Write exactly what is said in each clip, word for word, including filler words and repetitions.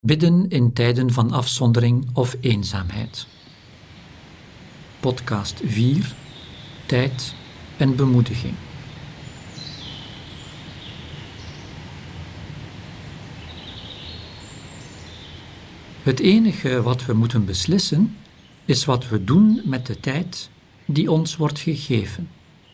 Bidden in tijden van afzondering of eenzaamheid. Podcast vier. Tijd en bemoediging. Het enige wat we moeten beslissen is wat we doen met de tijd die ons wordt gegeven.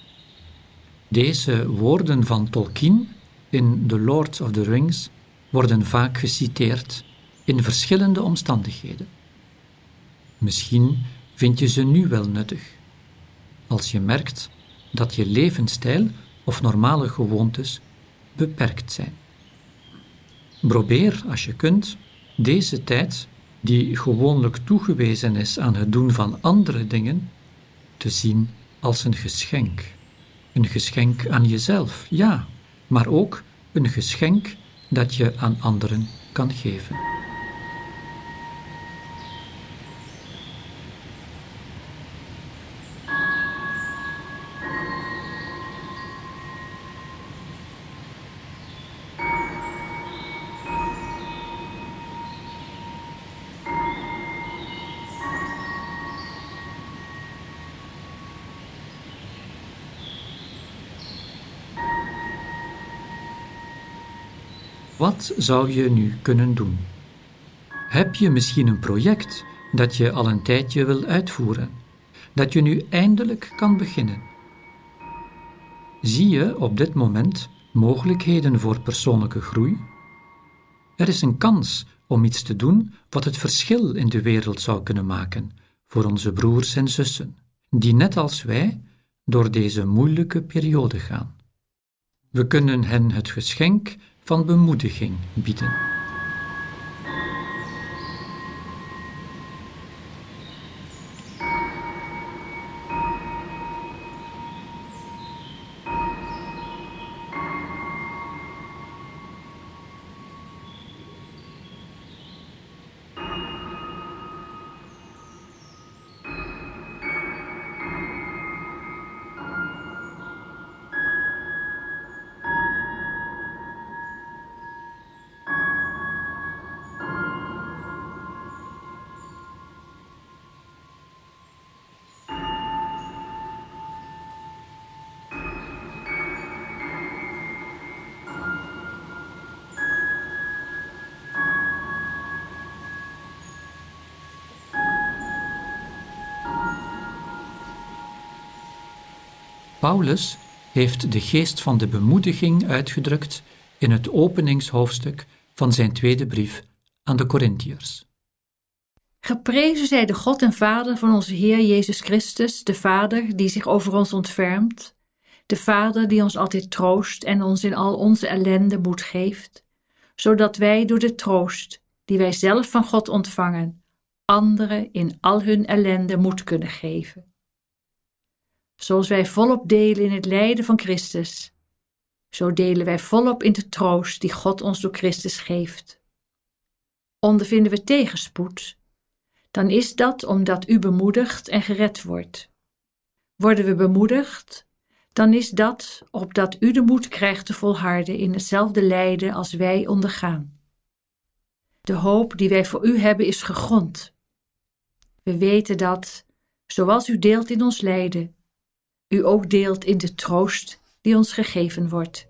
Deze woorden van Tolkien in The Lord of the Rings worden vaak geciteerd in verschillende omstandigheden. Misschien vind je ze nu wel nuttig, als je merkt dat je levensstijl of normale gewoontes beperkt zijn. Probeer, als je kunt, deze tijd, die gewoonlijk toegewezen is aan het doen van andere dingen, te zien als een geschenk. Een geschenk aan jezelf, ja, maar ook een geschenk dat je aan anderen kan geven. Wat zou je nu kunnen doen? Heb je misschien een project dat je al een tijdje wil uitvoeren, dat je nu eindelijk kan beginnen? Zie je op dit moment mogelijkheden voor persoonlijke groei? Er is een kans om iets te doen wat het verschil in de wereld zou kunnen maken voor onze broers en zussen, die net als wij door deze moeilijke periode gaan. We kunnen hen het geschenk van bemoediging bieden. Paulus heeft de geest van de bemoediging uitgedrukt in het openingshoofdstuk van zijn tweede brief aan de Korintiërs. Geprezen zij de God en Vader van onze Heer Jezus Christus, de Vader die zich over ons ontfermt, de Vader die ons altijd troost en ons in al onze ellende moed geeft, zodat wij door de troost die wij zelf van God ontvangen, anderen in al hun ellende moed kunnen geven. Zoals wij volop delen in het lijden van Christus, zo delen wij volop in de troost die God ons door Christus geeft. Ondervinden we tegenspoed, dan is dat omdat u bemoedigd en gered wordt. Worden we bemoedigd, dan is dat opdat u de moed krijgt te volharden in hetzelfde lijden als wij ondergaan. De hoop die wij voor u hebben is gegrond. We weten dat, zoals u deelt in ons lijden, u ook deelt in de troost die ons gegeven wordt.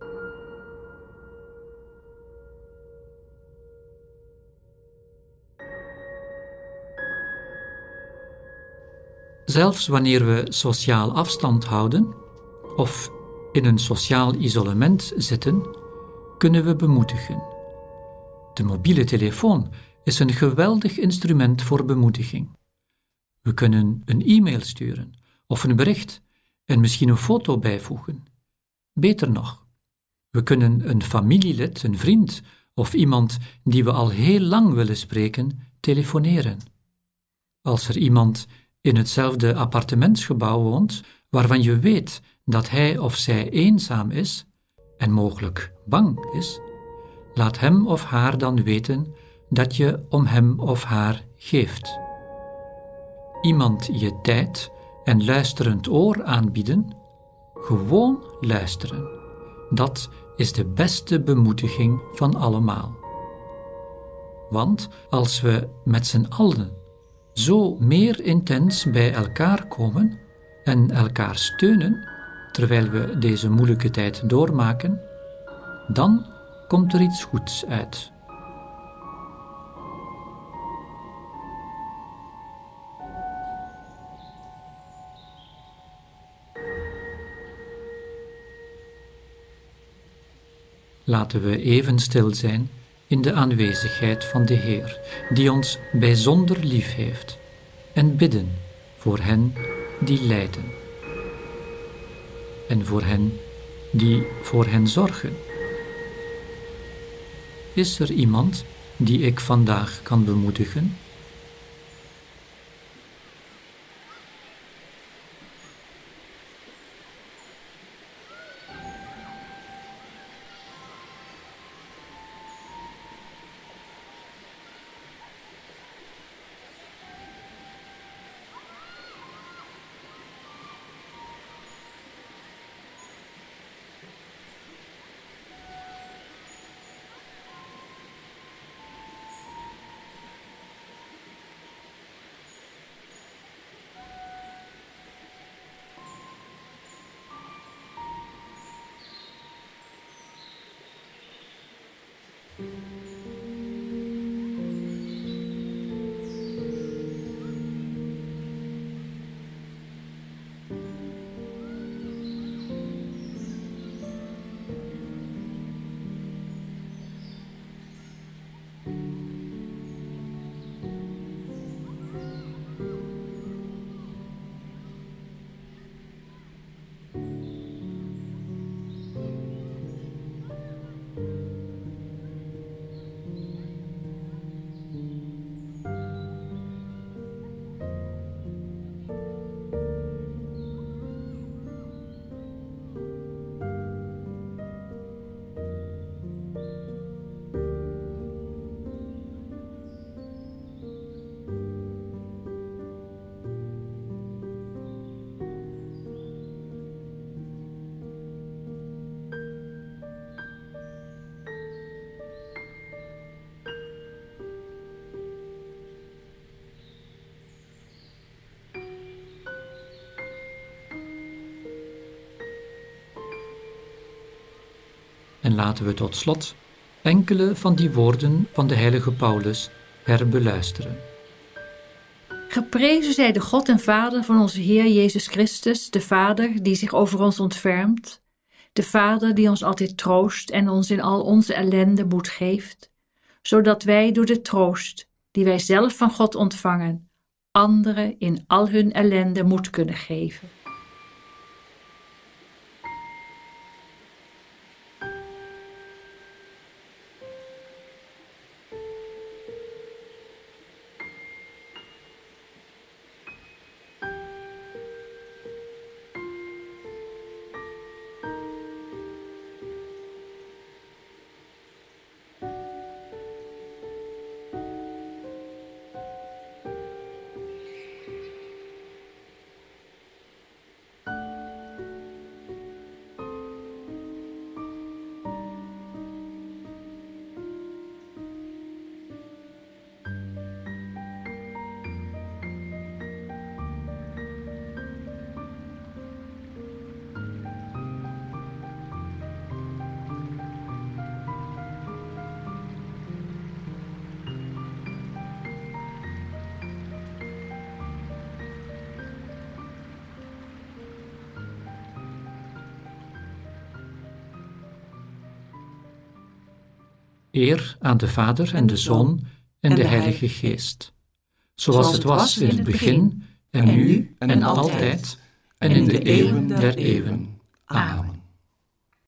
Zelfs wanneer we sociaal afstand houden of in een sociaal isolement zitten, kunnen we bemoedigen. De mobiele telefoon is een geweldig instrument voor bemoediging. We kunnen een e-mail sturen of een bericht en misschien een foto bijvoegen. Beter nog, we kunnen een familielid, een vriend of iemand die we al heel lang willen spreken, telefoneren. Als er iemand in hetzelfde appartementsgebouw woont, waarvan je weet dat hij of zij eenzaam is en mogelijk bang is, laat hem of haar dan weten dat je om hem of haar geeft. Iemand je tijd en luisterend oor aanbieden, gewoon luisteren. Dat is de beste bemoediging van allemaal. Want als we met z'n allen zo meer intens bij elkaar komen en elkaar steunen, terwijl we deze moeilijke tijd doormaken, dan komt er iets goeds uit. Laten we even stil zijn in de aanwezigheid van de Heer, die ons bijzonder lief heeft, en bidden voor hen die lijden en voor hen die voor hen zorgen. Is er iemand die ik vandaag kan bemoedigen? En laten we tot slot enkele van die woorden van de heilige Paulus herbeluisteren. Geprezen zij de God en Vader van onze Heer Jezus Christus, de Vader die zich over ons ontfermt, de Vader die ons altijd troost en ons in al onze ellende moed geeft, zodat wij door de troost die wij zelf van God ontvangen, anderen in al hun ellende moed kunnen geven. Eer aan de Vader en de Zoon en de Heilige Geest, zoals het was in het begin, en nu en altijd, en in de eeuwen der eeuwen. Amen.